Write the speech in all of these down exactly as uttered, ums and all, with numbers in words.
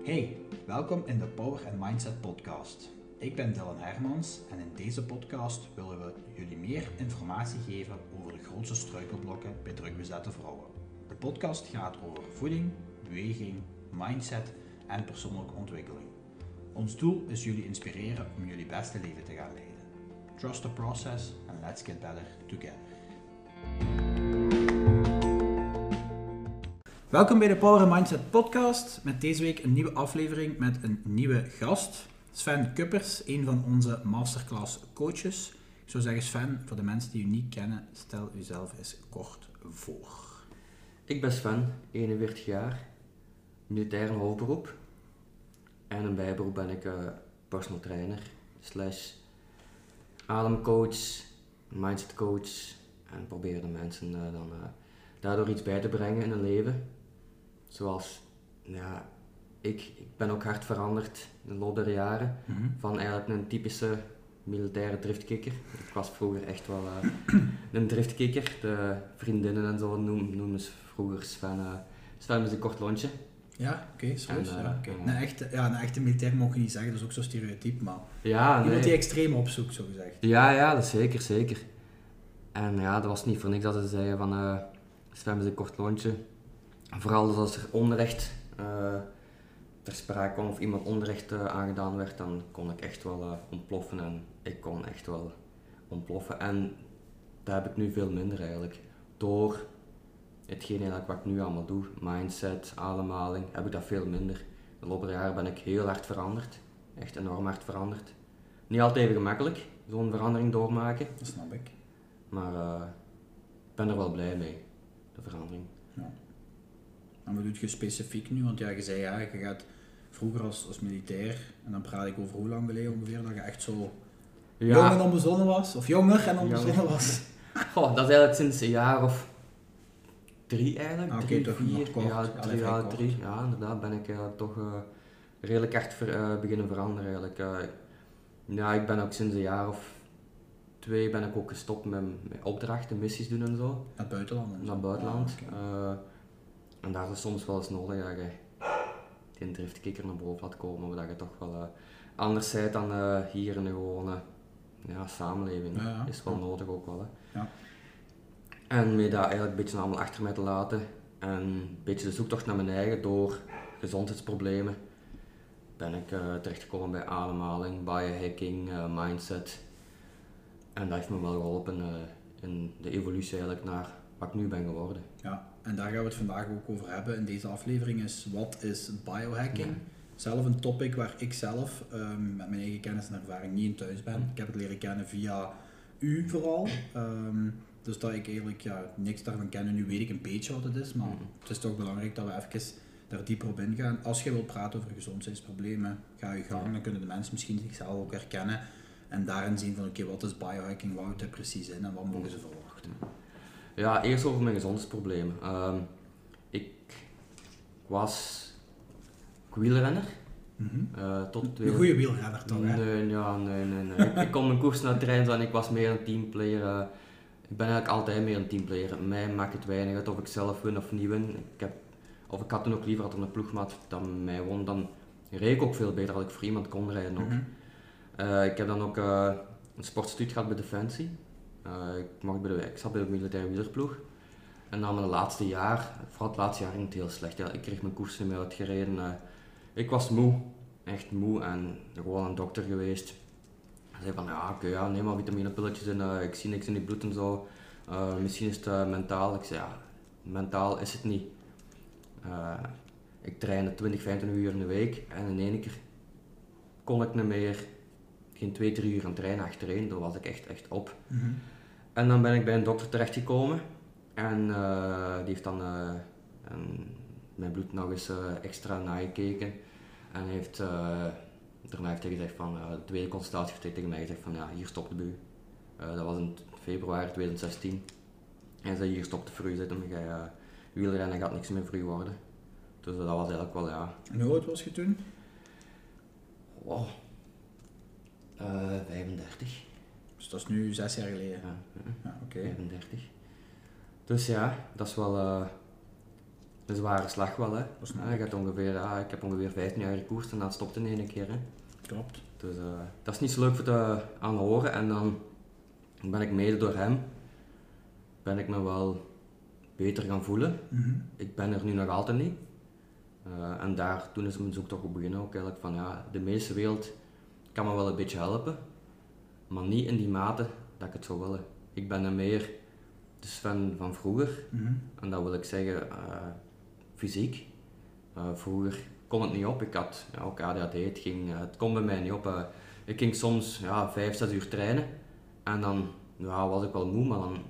Hey, welkom in de Power and Mindset podcast. Ik ben Dylan Hermans en in deze podcast willen we jullie meer informatie geven over de grootste struikelblokken bij drukbezette vrouwen. De podcast gaat over voeding, beweging, mindset en persoonlijke ontwikkeling. Ons doel is jullie inspireren om jullie beste leven te gaan leiden. Trust the process and let's get better together. Welkom bij de Power and Mindset podcast, met deze week een nieuwe aflevering met een nieuwe gast. Sven Kuppers, een van onze masterclass coaches. Ik zou zeggen Sven, voor de mensen die u niet kennen, stel uzelf eens kort voor. Ik ben Sven, eenenveertig jaar, militair in hoofdberoep. En een bijberoep ben ik uh, personal trainer, slash ademcoach, mindsetcoach. En probeer de mensen uh, dan uh, daardoor iets bij te brengen in hun leven. Zoals, ja, ik, ik ben ook hard veranderd in de loop der jaren. Mm-hmm. Van eigenlijk een typische militaire driftkikker. Ik was vroeger echt wel uh, een driftkikker. De vriendinnen en zo noemen, noemen ze vroeger Sven, uh, Sven met een kort lontje. Ja, oké, okay, zo is uh, ja, okay. uh, een, echte, ja, een echte militair mag je niet zeggen, dat is ook zo'n stereotype, maar ja, iemand nee. die extreem opzoekt, zo gezegd. Ja, ja, dat is zeker, zeker. En ja, dat was niet voor niks dat ze zeiden van uh, Sven met een kort lontje. Vooral dus als er onrecht uh, ter sprake kwam of iemand onrecht uh, aangedaan werd, dan kon ik echt wel uh, ontploffen en ik kon echt wel ontploffen. En dat heb ik nu veel minder eigenlijk. Door hetgeen eigenlijk wat ik nu allemaal doe, mindset, ademhaling, heb ik dat veel minder. De loop der jaren ben ik heel hard veranderd, echt enorm hard veranderd. Niet altijd even gemakkelijk, zo'n verandering doormaken. Dat snap ik. Maar uh, ik ben er wel blij mee, de verandering. Ja. En wat doe je specifiek nu? Want ja, je zei ja, je gaat vroeger als, als militair, en dan praat ik over hoe lang geleden ongeveer, dat je echt zo ja. jong en onbezonnen was, of jonger en onbezonnen was. Goh, dat is eigenlijk sinds een jaar of drie eigenlijk, ah, drie, okay, vier, kort. ja, ja, drie, ja, drie, ja, inderdaad ben ik uh, toch uh, redelijk echt ver, uh, beginnen veranderen eigenlijk. Uh, ja, ik ben ook sinds een jaar of twee ben ik ook gestopt met, met opdrachten, missies doen en zo. Naar het buitenland? En Naar het buitenland. Ah, okay. uh, en daar is soms wel eens nodig dat je die driftkikker naar boven laat komen, dat je toch wel uh, anders bent dan uh, hier in de gewone ja, samenleving. Ja, ja. Is wel ja. nodig ook wel. Hè. Ja. En me dat eigenlijk een beetje allemaal achter mij te laten en een beetje de zoektocht naar mijn eigen door gezondheidsproblemen ben ik uh, terechtgekomen bij ademhaling, biohacking, uh, mindset. En dat heeft me wel geholpen uh, in de evolutie eigenlijk naar wat ik nu ben geworden. Ja, en daar gaan we het vandaag ook over hebben in deze aflevering is wat is biohacking? Ja. Zelf een topic waar ik zelf um, met mijn eigen kennis en ervaring niet in thuis ben. Ik heb het leren kennen via u vooral. Um, dus dat ik eigenlijk ja, niks daarvan ken. Nu weet ik een beetje wat het is, maar mm. het is toch belangrijk dat we even daar dieper op ingaan. Als je wilt praten over gezondheidsproblemen, ga je gang, dan kunnen de mensen misschien zichzelf ook herkennen. En daarin zien van oké, okay, wat is biohacking, wat houdt het precies in en wat mogen ze verwachten? Ja, eerst over mijn gezondheidsproblemen. Um, ik was wielrenner. Mm-hmm. Uh, tot een twee... goede wielrenner toch, hè? Nee, ja, nee, nee, nee. ik, ik kon mijn koers naar het trainen en ik was meer een teamplayer. Uh, ik ben eigenlijk altijd meer een teamplayer. Mij maakt het weinig uit of ik zelf win of niet win. Ik heb, of ik had toen ook liever dat er een ploegmaat dan mij won. Dan reed ik ook veel beter als ik voor iemand kon rijden ook. Mm-hmm. Uh, ik heb dan ook uh, een sportstuut gehad bij Defensie. Uh, ik, mag bij de, ik zat bij de militaire wielerploeg. En dan mijn laatste jaar, vooral het laatste jaar ging het heel slecht. Ja. Ik kreeg mijn koers niet meer uitgereden. Uh, ik was moe, echt moe en gewoon een dokter geweest. Hij zei van ja, oké, okay, ja, neem maar vitaminepilletjes in, uh, ik zie niks in die bloed en zo. Uh, misschien is het uh, mentaal. Ik zei ja, mentaal is het niet. Uh, ik trainde twintig, vijfentwintig uur in de week en in één keer kon ik niet meer. Geen twee, drie uur aan het trainen achtereen, daar was ik echt, echt op. Mm-hmm. En dan ben ik bij een dokter terechtgekomen en uh, die heeft dan uh, een, mijn bloed nog eens uh, extra nagekeken en heeft, uh, daarna heeft hij gezegd van, uh, de tweede consultatie heeft hij tegen mij gezegd van ja, hier stopt de bu. Uh, dat was in februari twintig zestien. En hij zei hier stopt de voor u zitten, maar jij uh, wielrennen gaat niks meer voor u worden. Dus uh, dat was eigenlijk wel ja. En hoe oud was je toen? Wow. Uh, vijfendertig. Dus dat is nu zes jaar geleden? Ja, ja. ja oké. Okay. vijfendertig. Dus ja, dat is wel uh, een zware slag wel, hè. Dat is Ja, je gaat ongeveer, ja, ik heb ongeveer vijftien jaar gekoerst en dan stopt in één keer, hè. Klopt. Dus uh, dat is niet zo leuk voor te aan horen en dan ben ik mede door hem, ben ik me wel beter gaan voelen. Mm-hmm. Ik ben er nu nog altijd niet. Uh, en daar, toen is mijn zoektocht op beginnen ook eigenlijk van ja, de medische wereld kan me wel een beetje helpen, maar niet in die mate dat ik het zou willen. Ik ben er meer de Sven van vroeger, Mm-hmm. en dat wil ik zeggen uh, fysiek. Uh, vroeger kon het niet op, ik had ja, ook A D H D, het, ging, uh, het kon bij mij niet op. Uh, ik ging soms ja, vijf, zes uur trainen en dan ja, was ik wel moe, maar dan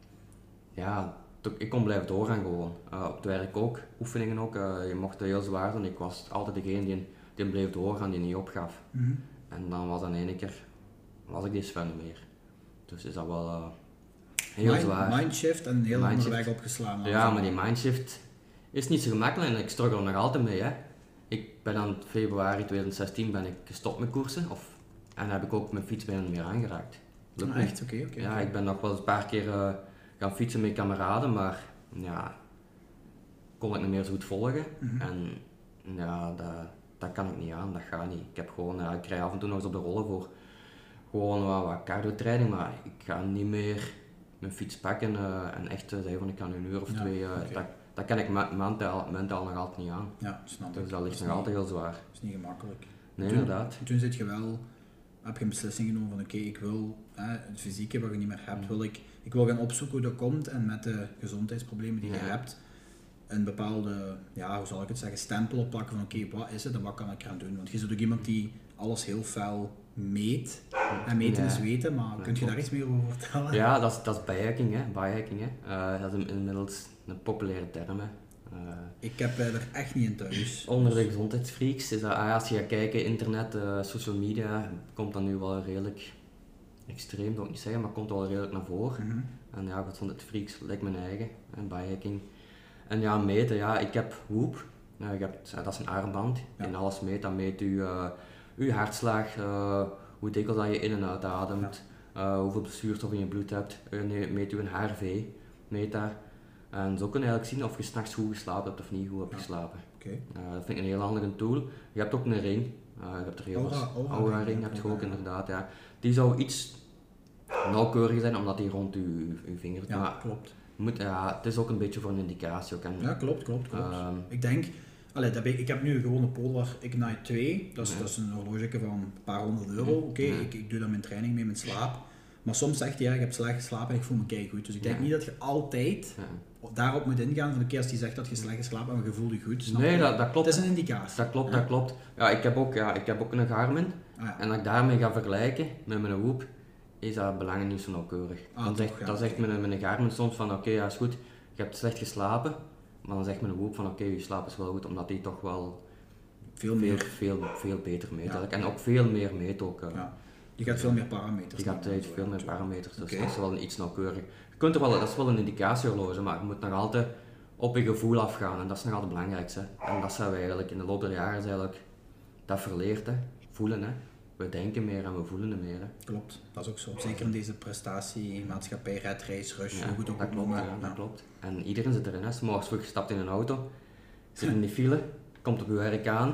ja, ik kon blijven doorgaan gewoon. Uh, op het werk ook, oefeningen ook, uh, je mocht heel zwaar doen, ik was altijd degene die, die bleef doorgaan, die niet opgaf. Mm-hmm. En dan was dan één keer, was ik die Sven niet meer. Dus is dat wel uh, heel Mind, zwaar. Mindshift en een heel andere Mindshift. weg opgeslagen. Ja, maar die mindshift is niet zo gemakkelijk en ik struggle er nog altijd mee. Hè. Ik ben dan februari twintig zestien ben ik gestopt met koersen of, en heb ik ook mijn fiets bijna niet meer aangeraakt. Lukt Ah, niet. echt? Oké, okay, oké. Ja, Okay. ik ben nog wel eens een paar keer uh, gaan fietsen met kameraden, maar ja, kon ik niet meer zo goed volgen. Mm-hmm. En ja, dat, dat kan ik niet aan, dat gaat niet. Ik heb gewoon, uh, ik rij af en toe nog eens op de rollen voor gewoon wat, wat cardio training, maar ik ga niet meer mijn fiets pakken uh, en echt uh, zeggen van ik kan een uur of ja, twee, uh, okay. dat, dat kan ik me mentaal, mentaal nog altijd niet aan. Ja, snap ik. Dus dat ligt dat nog niet, altijd heel zwaar. Dat is niet gemakkelijk. Nee, toen, inderdaad. Toen zit je wel, heb je een beslissing genomen van oké, okay, ik wil eh, het fysieke wat je niet meer hebt, wil ik, ik wil gaan opzoeken hoe dat komt en met de gezondheidsproblemen die ja. je hebt, een bepaalde, ja, hoe zal ik het zeggen, stempel opplakken van oké, okay, wat is het en wat kan ik eraan doen? Want je bent ook iemand die alles heel fel meet. En meten ja. is weten, maar ja, kun je klopt. daar iets meer over vertellen? Ja, dat is, dat is biohacking, hè. Biohacking, hè. Uh, dat is inmiddels een populaire term. Hè. Uh, ik heb uh, er echt niet in thuis. Onder de gezondheidsfreaks is dat, ah, als je gaat kijken, internet, uh, social media, komt dat nu wel redelijk extreem, dat wil ik niet zeggen, maar komt wel redelijk naar voren. Mm-hmm. En ja, gezondheidsfreaks lijkt mijn eigen, en biohacking. En ja, meten, ja, ik heb Whoop, uh, je hebt, uh, dat is een armband, ja. en alles meet, dat meet je, uh, je hartslag, uh, hoe dikwijls dat je in en uit ademt, ja. uh, hoeveel zuurstof in je bloed hebt, uh, meet je een H R V, meet daar. En zo kun je eigenlijk zien of je s'nachts goed geslapen hebt of niet goed hebt ja. geslapen. Okay. Uh, dat vind ik een heel handige tool. Je hebt ook een ring, uh, je hebt er heel Aura, veel Aura, Aura ring, heb je ook inderdaad. Ja. Die zou iets nauwkeuriger zijn omdat die rond je, je vinger ja, maar klopt. Moet, ja, het is ook een beetje voor een indicatie. Ook. En, ja, klopt, klopt, klopt. Um, ik denk, allee, dat ik, ik heb nu gewoon een Polar Ignite twee, dat is, ja. dat is een horloge van een paar honderd euro. Oké, okay, ja. ik, ik doe dat mijn training mee, mijn slaap. Maar soms zegt hij, ja, ik heb slecht geslapen en ik voel me keigoed. Dus ik denk ja. niet dat je altijd ja. daarop moet ingaan van de keer als die zegt dat je slecht geslapen hebt en je voelt je goed. Snap nee, je? Dat, dat klopt. Het is een indicatie. Dat klopt, ja. dat klopt. Ja, ik heb ook, ja, ik heb ook een Garmin. Ah, ja. En als ik daarmee ga vergelijken met mijn Whoop, is dat belangen niet zo nauwkeurig. Ah, dan, toch, zegt, ja, dan zegt mijn, mijn Garmin soms van oké, okay, ja is goed, je hebt slecht geslapen. Maar dan zegt mijn Whoop van oké, okay, je slaap is wel goed, omdat die toch wel veel, veel, meer. veel, veel beter meet. Ja. En ook veel meer meet ook. Uh, ja. Je gaat veel meer parameters. Je gaat uh, veel meer parameters, dus okay. dat is wel iets nauwkeurig. Je kunt er wel, dat is wel een indicatiehorloge, maar je moet nog altijd op je gevoel afgaan en dat is nog altijd het belangrijkste. En dat zijn we eigenlijk in de loop der jaren is eigenlijk dat verleerd, hè. Voelen. Hè. We denken meer en we voelen meer. Hè. Klopt, dat is ook zo. Zeker in deze prestatiemaatschappij, red, race, rush, ja, hoe goed ook dat klopt, noemen. ja, ja. dat klopt. En iedereen zit erin. Hè. S morgens vroeg stapt in een auto, zit in die file, komt op je werk aan,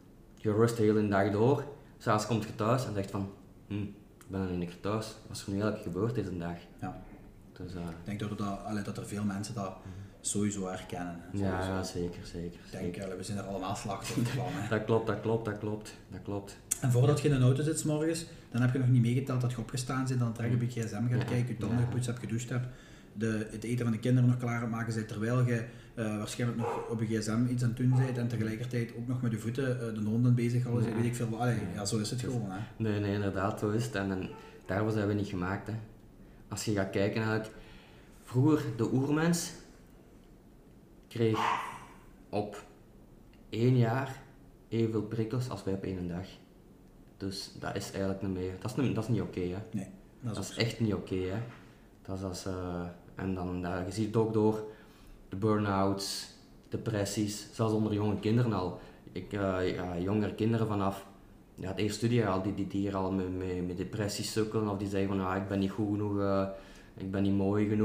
je rust de hele dag door, s'avonds komt je thuis en zegt van, hm, ik ben dan een keer thuis, wat is er nu eigenlijk gebeurd deze dag? Ja. Dus, uh, ik denk dat, dat, allee, dat er veel mensen dat sowieso herkennen. Hè. Ja, ja, zeker, zeker. Ik denk, zeker. we zijn er allemaal slachtoffer van. Hè. Dat klopt, dat klopt, dat klopt, dat klopt. En voordat je in een auto zit 's morgens, dan heb je nog niet meegeteld dat je opgestaan bent, dan trek je op je gsm gaat ja, kijken, je tanden ja. gepoetst hebt, gedoucht hebt, de, het eten van de kinderen nog klaar aan het maken bent, terwijl je uh, waarschijnlijk nog op je gsm iets aan het doen bent en tegelijkertijd ook nog met je voeten uh, de honden bezig houden, ja. weet ik veel. Allee, ja, zo is het dus, gewoon. Hè. Nee, nee, inderdaad, zo is het. En, en daarvoor zijn we niet gemaakt. Hè. Als je gaat kijken naar vroeger, de oermens kreeg op één jaar evenveel prikkels als wij op één dag. Dus dat is eigenlijk niet meer, dat is, niet, dat is niet oké. Okay, hè. Nee, dat is, dat is echt niet oké. Okay, dat is als, uh, en dan, uh, je ziet het ook door de burn-outs, depressies, zelfs onder jonge kinderen al. Ik, uh, ja, jongere kinderen vanaf ja, het eerste studiejaar al, die, die, die hier al met, met, met depressies sukkelen of die zeggen van ah, ik ben niet goed genoeg, uh, ik ben niet mooi genoeg.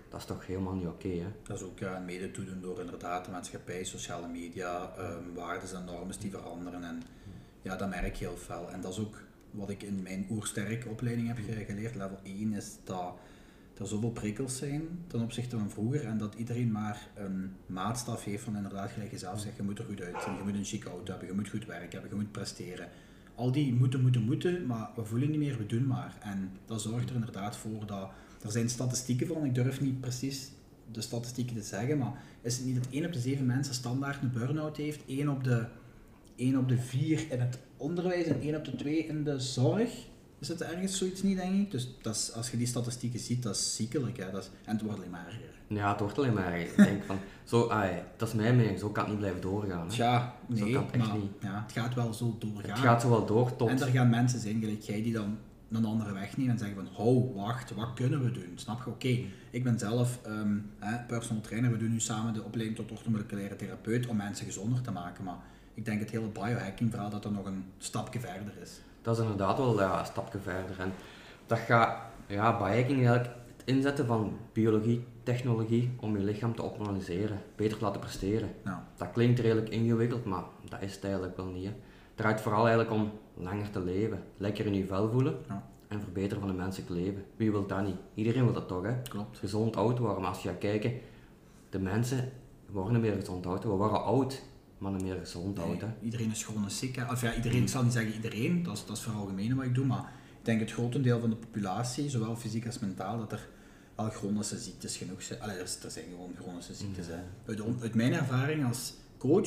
dat is toch helemaal niet oké, hè? Dat is ook ja, mede toedoen door inderdaad de maatschappij, sociale media, um, waarden en normen die veranderen. En ja, dat merk je heel fel. En dat is ook wat ik in mijn oersterk opleiding heb geleerd. Level één is dat er zoveel prikkels zijn ten opzichte van vroeger en dat iedereen maar een maatstaf heeft van inderdaad, gelijk je zelf zegt, je moet er goed uitzien, je moet een chique auto hebben, je moet goed werk hebben, je moet presteren. Al die moeten, moeten, moeten, maar we voelen niet meer, we doen maar. En dat zorgt er inderdaad voor dat, er zijn statistieken van, ik durf niet precies de statistieken te zeggen, maar is het niet dat één op de zeven mensen standaard een burn-out heeft, één op de, één op de vier in het onderwijs en één op de twee in de zorg? Is het ergens zoiets niet, denk ik? Dus dat is, als je die statistieken ziet, dat is ziekelijk. Hè? Dat is, en het wordt alleen maar erger. Ja, het wordt alleen maar erger. Ik denk van, zo, ai, dat is mijn mening, zo kan het niet blijven doorgaan. Hè? Tja, nee, zo kan het echt maar niet. Ja, het gaat wel zo doorgaan. Het gaat zo wel door tot... En er gaan mensen zijn, gelijk jij, die dan een andere weg nemen en zeggen van, hou, wacht, wat kunnen we doen? Snap je? Oké, okay, ik ben zelf um, hè, personal trainer, we doen nu samen de opleiding tot orthomoleculaire therapeut om mensen gezonder te maken, maar ik denk het hele biohacking verhaal dat er nog een stapje verder is. Dat is inderdaad wel ja, een stapje verder. En dat gaat, ja, biohacking eigenlijk het inzetten van biologie, technologie om je lichaam te optimaliseren, beter te laten presteren. Ja. Dat klinkt redelijk ingewikkeld, maar dat is het eigenlijk wel niet. Hè. Het draait vooral eigenlijk om langer te leven, lekker in je vel voelen ja. en verbeteren van het menselijk leven. Wie wil dat niet? Iedereen wil dat toch, hè? Klopt. Gezond oud worden. Maar als je gaat kijken, de mensen worden niet meer gezond oud. We worden oud, maar niet meer gezond nee, oud. Hè? Iedereen is chronisch ziek. Hè? Of ja, iedereen, ik zal niet zeggen iedereen, dat is, dat is veralgemenen wat ik doe, maar ik denk het grotendeel van de populatie, zowel fysiek als mentaal, dat er al chronische ziektes genoeg zijn. Allee, er zijn gewoon chronische ziektes. Hè. Uit, uit mijn ervaring als coach,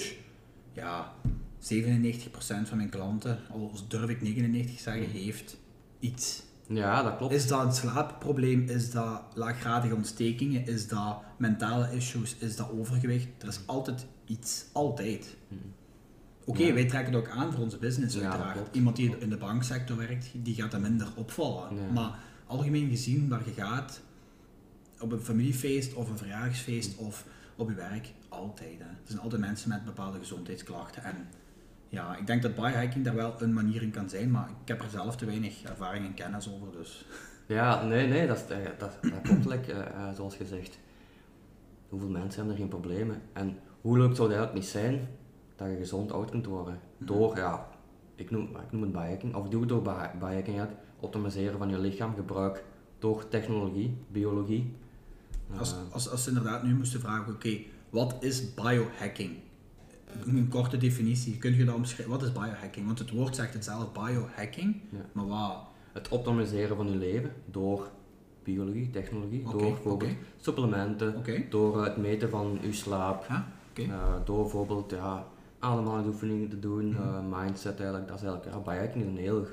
ja, zevenennegentig procent van mijn klanten, al durf ik negenennegentig zeggen, heeft iets. Ja, dat klopt. Is dat een slaapprobleem, is dat laaggradige ontstekingen, is dat mentale issues, is dat overgewicht? Er is altijd iets, altijd. Hmm. Oké, okay, ja. wij trekken het ook aan voor onze business ja, uiteraard. Iemand die in de banksector werkt, die gaat er minder opvallen. Ja. Maar algemeen gezien, waar je gaat, op een familiefeest of een verjaardagsfeest hmm. of op je werk, altijd. Hè. Er zijn altijd mensen met bepaalde gezondheidsklachten. En ja, ik denk dat biohacking daar wel een manier in kan zijn, maar ik heb er zelf te weinig ervaring en kennis over, dus... Ja, nee, nee, dat, is, dat, dat klopt, like, uh, zoals gezegd. Hoeveel mensen hebben er geen problemen? En hoe leuk zou het eigenlijk niet zijn dat je gezond oud kunt worden? Door, ja, ik noem, ik noem het biohacking, of doe het door biohacking eigenlijk, optimaliseren van je lichaam, gebruik door technologie, biologie. Uh, als, als, als ze inderdaad nu moesten vragen, oké, okay, wat is biohacking? Een korte definitie, kun je dat omschrijven? Wat is biohacking? Want het woord zegt het zelf, biohacking, ja. maar wat? Het optimaliseren van je leven door biologie, technologie, okay, door bijvoorbeeld okay. supplementen, okay. door het meten van je slaap, ah, okay. uh, door bijvoorbeeld ja, ademhalingsoefeningen te doen, mm-hmm. uh, mindset eigenlijk, dat is eigenlijk, ja, biohacking is een heel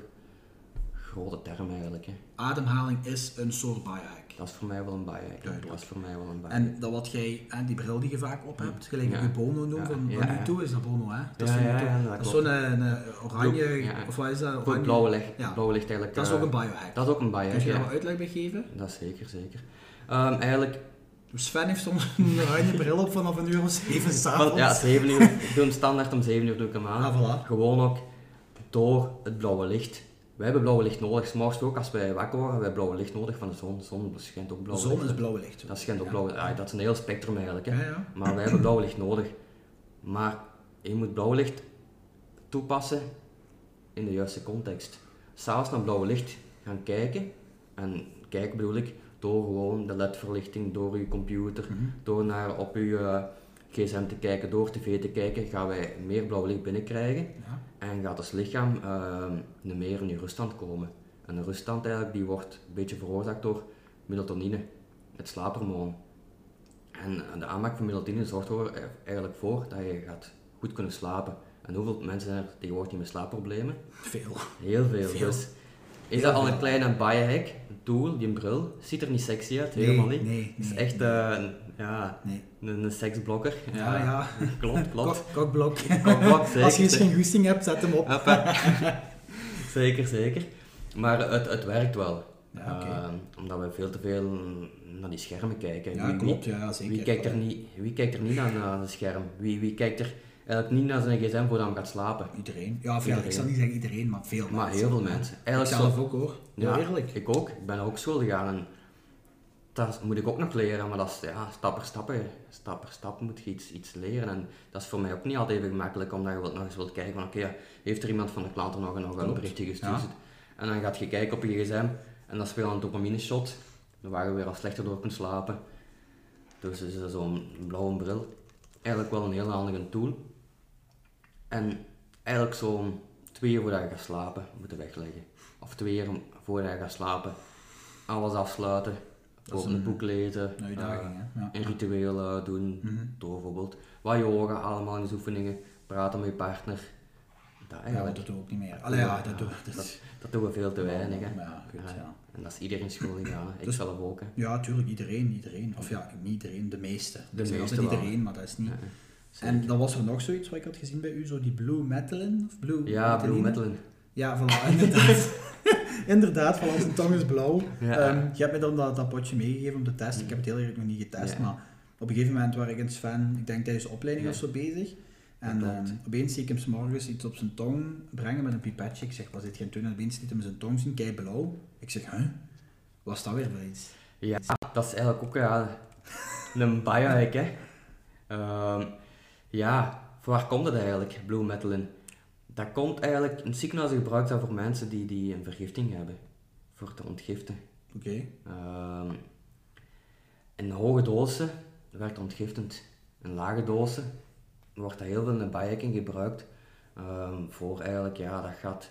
grote term eigenlijk. Hè. Ademhaling is een soort biohack. Dat is voor mij wel een biohack. Dat is voor mij wel een biohack. En dat wat jij, hè, die bril die je vaak op hebt, gelijk ja. je Bono noemt, van, ja, van ja, u toe is dat Bono, hè? Dat ja, is, ja, ja, dat is zo'n een, een oranje, ja. of wat is dat? Oranje, het blauwe licht, ja. blauwe licht eigenlijk. Dat is ook een biohack. Dat is ook een biohack, Kun je daar ja. wat uitleg bij geven? Dat is zeker, zeker. Um, eigenlijk... Sven heeft soms een oranje bril op vanaf een uur of zeven s'avonds. Ja, zeven uur. Ik doe hem standaard om zeven uur doe ik hem aan. Ah, voilà. Gewoon ook door het blauwe licht. Wij hebben blauwe licht nodig. 's Morgens ook als wij wakker worden, hebben wij blauwe licht nodig van de zon. De zon schijnt ook blauw licht. De zon is blauwe licht. Dat schijnt ook ja. blauw ah, dat is een heel spectrum eigenlijk. Hè. Ja, ja. Maar wij hebben blauw licht nodig. Maar je moet blauw licht toepassen in de juiste context. S'avonds naar blauwe licht gaan kijken. En kijken bedoel ik door gewoon de L E D-verlichting, door je computer, mm-hmm. door naar op je uh, gsm te kijken, door tv te kijken, gaan wij meer blauw licht binnenkrijgen. Ja. En gaat ons lichaam uh, meer in je ruststand komen. En de ruststand eigenlijk, die wordt een beetje veroorzaakt door melatonine, het slaaphormoon. En de aanmaak van melatonine zorgt er eigenlijk voor dat je gaat goed kunnen slapen. En hoeveel mensen zijn er tegenwoordig niet met slaapproblemen? Veel. Heel veel. veel. Dus is Heel dat al een kleine biohack, een tool, die bril, ziet er niet sexy uit, nee, helemaal niet. Nee, het is nee, echt nee. Uh, een, ja, nee. een, een seksblokker. Ja, ja. ja. Klopt, klopt. Kok, kokblok. Kokblok, zeker. Als je eens geen goesting hebt, zet hem op. Zeker, zeker. Maar het, het werkt wel. Ja, okay. uh, omdat we veel te veel naar die schermen kijken. Ja, wie, klopt, ja, zeker. Wie kijkt er niet, wie kijkt er niet naar, naar het scherm? Wie, wie kijkt er eigenlijk niet naar zijn gsm voordat hij gaat slapen? Iedereen. Ja, of ja, ik zal niet zeggen iedereen, maar veel maar mensen. heel veel mensen. Eigenlijk ik zelf zo, ook hoor. Ja, eerlijk. Ik ook. Ik ben ook school gegaan. En dat moet ik ook nog leren, maar dat is ja, stap per stap. Hè. Stap per stap moet je iets, iets leren. En dat is voor mij ook niet altijd even gemakkelijk, omdat je wilt nog eens wilt kijken van oké, okay, heeft er iemand van de klant er nog, nog een berichtje gestuurd? Ja. En dan gaat je kijken op je gsm en dat is weer een dopamine shot, waar je weer al slechter door kunt slapen. Dus is zo'n blauwe bril eigenlijk wel een heel handige tool. En eigenlijk zo'n twee uur voordat je gaat slapen moeten wegleggen. Of twee uur voordat je gaat slapen alles afsluiten. Ook een, een boek lezen, uh, ja. een ritueel uh, doen, mm-hmm. door bijvoorbeeld wat yoga, allemaal in oefeningen, praten met je partner. Dat, ja, dat doen we ook niet meer. Allee, ja, dat, doen we, dat, dat, dat doen we veel te weinig. Hè. Ja, goed, ja. Ja. En dat is iedereen school gegaan, ik dus, zelf ook. Hè. Ja, tuurlijk, iedereen, iedereen. Of ja, niet iedereen, de meeste. De ik meeste zeg altijd iedereen, maar dat is niet. Ja, en dan was er nog zoiets wat ik had gezien bij u, zo die Blue Metalin? Of Blue ja, Blue Metalin. Ja, voilà, inderdaad. Inderdaad, van zijn tong is blauw. Ja. Um, je hebt me dan dat, dat potje meegegeven om te testen. Ik heb het heel eerlijk nog niet getest, ja. maar op een gegeven moment was ik eens fan, ik denk tijdens de opleiding ja. of zo bezig. En um, opeens zie ik hem 's morgens iets op zijn tong brengen met een pipetje. Ik zeg, wat zit je aan het doen? En opeens liet hem zijn tong zien, kei blauw. Ik zeg, huh? Wat is dat weer voor iets? Ja, dat is eigenlijk ook ja, een biohack, hè. Um, ja, voor waar komt het eigenlijk, Blue Metalin? Dat komt eigenlijk, een ziekenhuis gebruikt dat voor mensen die, die een vergifting hebben, voor te ontgiften. Oké. Okay. Um, in hoge dosen werkt ontgiftend. In lage dosen wordt dat heel veel in de biohacking gebruikt. Um, voor eigenlijk, ja, dat gaat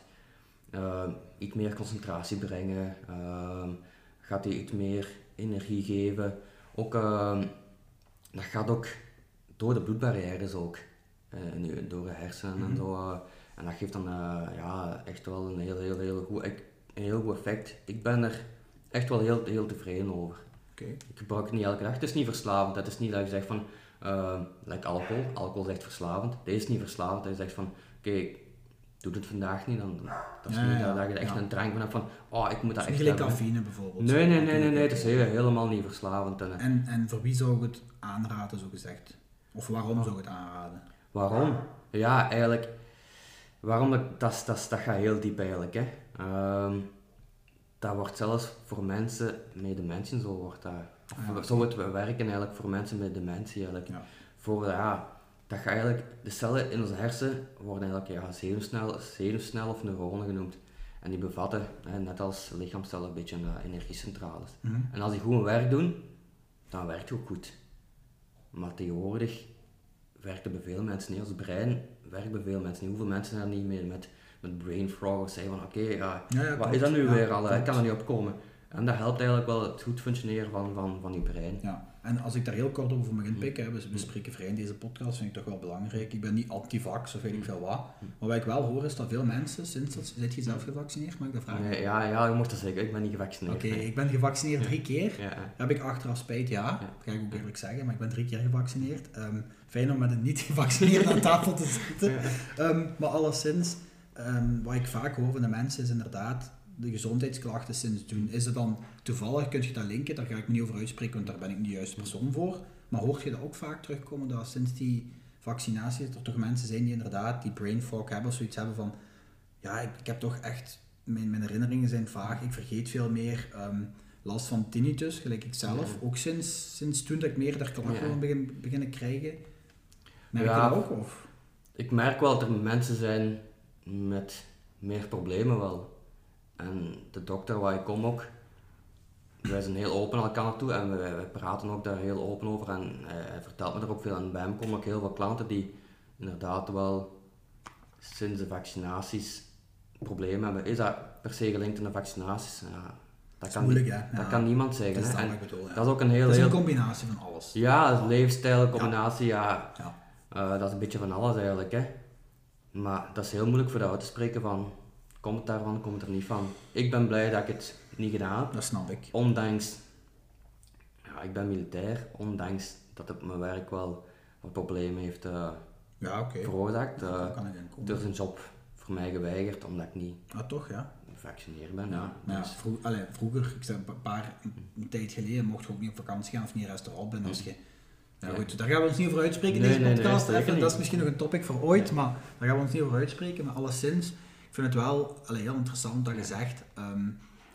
uh, iets meer concentratie brengen, um, gaat die iets meer energie geven. Ook, um, dat gaat ook door de bloedbarrières ook, uh, door de hersenen mm-hmm. en zo. Uh, En dat geeft dan uh, ja, echt wel een heel, heel, heel goed, een heel goed effect. Ik ben er echt wel heel, heel tevreden over. Okay. Ik gebruik het niet elke dag. Het is niet verslavend. Het is niet dat je zegt van, uh, like alcohol. Alcohol is echt verslavend. Deze is niet verslavend. Dat je zegt van, oké, okay, ik doe het vandaag niet. Dan, dat is ja, niet ja, dat je er echt ja. een drang van hebt van, oh, ik moet dat echt hebben. Niet cafeïne bijvoorbeeld. Nee, nee, nee, nee, nee, het is heel, helemaal niet verslavend. En, en, en voor wie zou ik het aanraden, zo gezegd? Of waarom oh. zou ik het aanraden? Waarom? Ja, eigenlijk... Waarom? Dat, dat, dat, dat gaat heel diep eigenlijk. Hè. Um, dat wordt zelfs voor mensen met dementie, zo wordt dat, of ja. zo wordt we werken eigenlijk voor mensen met dementie eigenlijk. Ja. Voor, ja, dat gaat eigenlijk, de cellen in onze hersenen worden eigenlijk ja, zenuwsnel, zenuwsnel of neuronen genoemd. En die bevatten, hè, net als lichaamscellen, een beetje uh, energiecentrales. Mm-hmm. En als die goed hun werk doen, dan werkt het ook goed. Maar tegenwoordig werkt er bij veel mensen niet. Ons brein werkt bij veel mensen niet. Hoeveel mensen zijn er niet mee met, met brain fog of zeggen van oké, okay, ja, ja, ja, wat is dat nu ja, weer al? Ik kan er niet op komen. En dat helpt eigenlijk wel het goed functioneren van, van, van je brein. Ja, en als ik daar heel kort over mag inpikken, mm. we bespreken vrij in deze podcast, vind ik toch wel belangrijk. Ik ben niet anti-vax of weet ik veel wat. Maar wat ik wel hoor is dat veel mensen, sinds dat, zit je zelf gevaccineerd, mag ik dat vragen? Nee, ja, ja, je mocht dat zeggen, ik ben niet gevaccineerd. Oké, okay, nee. Ik ben gevaccineerd drie keer. Ja, ja. Heb ik achteraf spijt, ja. ja. Dat ga ik ook eerlijk zeggen, maar ik ben drie keer gevaccineerd. Um, fijn om met een niet-gevaccineerd aan tafel te zitten. Ja. Um, maar alleszins, um, wat ik vaak hoor van de mensen is inderdaad de gezondheidsklachten sinds toen. Is het dan toevallig, kun je dat linken, daar ga ik me niet over uitspreken, want daar ben ik niet de juiste persoon voor. Maar hoort je dat ook vaak terugkomen, dat sinds die vaccinatie er toch mensen zijn die inderdaad die brain fog hebben of zoiets hebben van, ja, ik, ik heb toch echt, mijn, mijn herinneringen zijn vaag, ik vergeet veel meer, um, last van tinnitus, gelijk ik zelf, ja. Ook sinds, sinds toen dat ik meer daar klachten ja. begin, beginnen krijgen. Merk ja, je dat ook? Of? Ik merk wel dat er mensen zijn met meer problemen wel. En de dokter waar ik kom ook, wij zijn heel open naar elkaar toe en wij, wij praten ook daar heel open over en hij, hij vertelt me er ook veel. En bij hem komen ook heel veel klanten die inderdaad wel sinds de vaccinaties problemen hebben. Is dat per se gelinkt aan de vaccinaties? Ja, dat, dat kan, moeilijk, hè? Dat ja. kan niemand zeggen. Dat is, hè? En bedoel, ja. Dat is ook een heel... Dat is een heel, combinatie van alles. Ja, leefstijl, combinatie, ja. ja. Uh, dat is een beetje van alles eigenlijk. Hè? Maar dat is heel moeilijk voor jou uit te spreken van... Komt het daarvan, komt het er niet van. Ik ben blij dat ik het niet gedaan heb. Dat snap ik. Ondanks, ja, ik ben militair, ondanks dat het mijn werk wel wat problemen heeft uh, ja, okay. veroorzaakt. Uh, kan ik er is een job voor mij geweigerd omdat ik niet ah, toch, ja? gevaccineerd ben. Ja, ja. Dus. Ja, vroeg, allez, vroeger, ik zeg een paar een tijd geleden, mocht je ook niet op vakantie gaan of niet in een restaurant binnen als je... Ja, ja goed, daar gaan we ons niet over uitspreken in nee, deze podcast. Nee, nee, Even, dat is misschien nog een topic voor ooit, ja. Maar daar gaan we ons niet over uitspreken. Maar alleszins, ik vind het wel allee, heel interessant dat je zegt, um,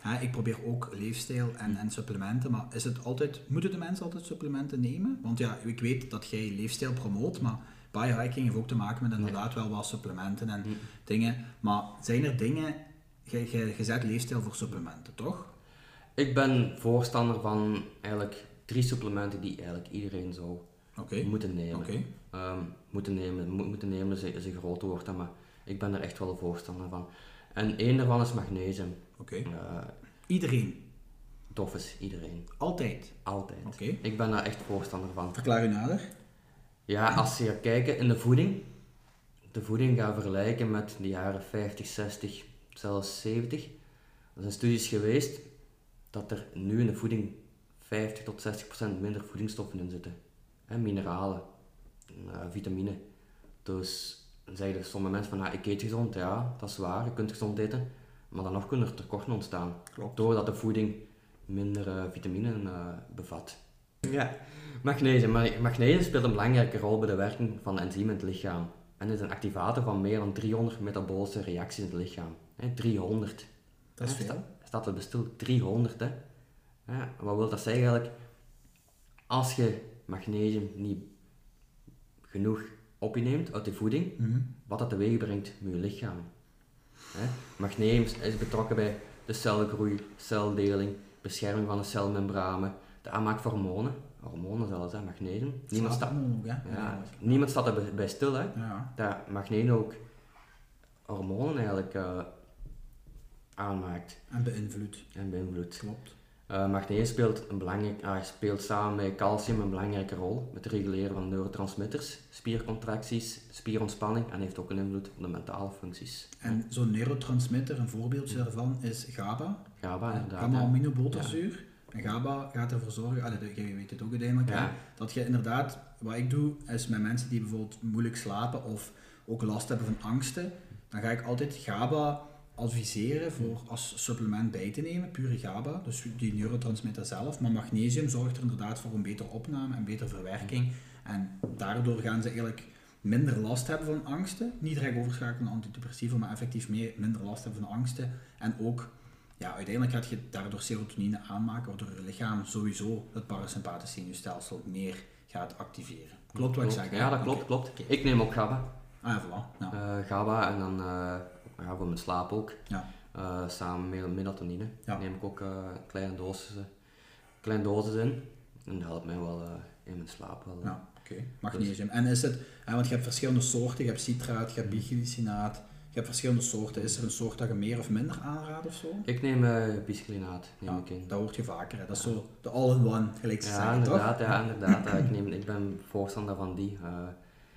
hè, ik probeer ook leefstijl en, en supplementen, maar is het altijd, moeten de mensen altijd supplementen nemen? Want ja, ik weet dat jij leefstijl promoot, maar biohacking heeft ook te maken met inderdaad wel wat supplementen en Mm. dingen. Maar zijn er dingen, je, je, je zet leefstijl voor supplementen, toch? Ik ben voorstander van eigenlijk drie supplementen die eigenlijk iedereen zou Oké. moeten nemen. Oké. Ehm, moeten nemen, mo- moeten nemen is, een- is een groot woord, hè, maar ik ben er echt wel een voorstander van. En één daarvan is magnesium. Oké. Eh, Iedereen? tof is iedereen. Altijd? Altijd. Oké. Ik ben daar echt voorstander van. Verklaar u nader. Ja, als je gaat kijken in de voeding, de voeding gaat vergelijken met de jaren vijftig, zestig, zelfs zeventig. Er zijn studies geweest dat er nu in de voeding vijftig tot zestig procent minder voedingsstoffen in zitten. Hè, mineralen, uh, vitamine. Dus dan zeggen sommige mensen van, ja, ik eet gezond. Ja, dat is waar, je kunt gezond eten. Maar dan nog kunnen er tekorten ontstaan. Klopt. Doordat de voeding minder uh, vitamine uh, bevat. Ja, magnesium. Maar magnesium speelt een belangrijke rol bij de werking van de enzymen in het lichaam. En is een activator van meer dan driehonderd metabolische reacties in het lichaam. Hè, driehonderd. Dat is Hè, veel. sta- Staat er bestil, driehonderd. Hè. Ja, wat wil dat zeggen eigenlijk? Als je magnesium niet genoeg op je neemt uit de voeding, Mhm. wat dat teweeg brengt met je lichaam. Hè? Magnesium is betrokken bij de celgroei, celdeling, bescherming van de celmembranen, de aanmaak van hormonen, hormonen zelfs, hè, magnesium. Niemand staat, Slaaphormoon ook, hè? ja, niemand staat er bij- bij stil, hè. Ja. Dat magnesium ook hormonen eigenlijk uh, aanmaakt En beïnvloed. en beïnvloedt. Klopt. Uh, magnesium speelt, een belangrijk, uh, speelt samen met calcium een belangrijke rol met het reguleren van neurotransmitters, spiercontracties, spierontspanning en heeft ook een invloed op de mentale functies. En zo'n neurotransmitter, een voorbeeldje daarvan is GABA. GABA inderdaad. Gamma-aminobuterzuur. En GABA gaat ervoor zorgen, allee, jij weet het ook uiteindelijk, Ja. hè, dat je inderdaad, wat ik doe, is met mensen die bijvoorbeeld moeilijk slapen of ook last hebben van angsten, dan ga ik altijd GABA adviseren voor als supplement bij te nemen, pure GABA, dus die neurotransmitter zelf, maar magnesium zorgt er inderdaad voor een betere opname en betere verwerking en daardoor gaan ze eigenlijk minder last hebben van angsten, niet direct overschakelen naar antidepressiva, maar effectief meer, minder last hebben van angsten en ook, ja, uiteindelijk gaat je daardoor serotonine aanmaken, waardoor je lichaam sowieso het parasympathisch zenuwstelsel meer gaat activeren. Klopt wat ik zeg? hè? Ja, dat klopt, Oké. klopt. Ik neem ook GABA. Ah ja, voilà. Ja. Uh, GABA en dan uh, ja, voor mijn slaap ook. Ja. Uh, samen met melatonine Ja. neem ik ook uh, kleine dosis, uh, kleine dosis in. En dat helpt mij wel uh, in mijn slaap wel. Uh. Ja, oké. Okay. Magnesium. En is het, hè, want je hebt verschillende soorten, je hebt citraat, je hebt biglycinaat, je hebt verschillende soorten. Is er een soort dat je meer of minder aanraadt of zo? Ik neem uh, bisglycinaat, neem Ja, ik in. dat hoort je vaker, hè. Dat is ja. zo de all-in-one, gelijk ze ja, zeggen, inderdaad, toch? Ja, inderdaad. Ja, ik, neem, ik ben voorstander van die. Uh,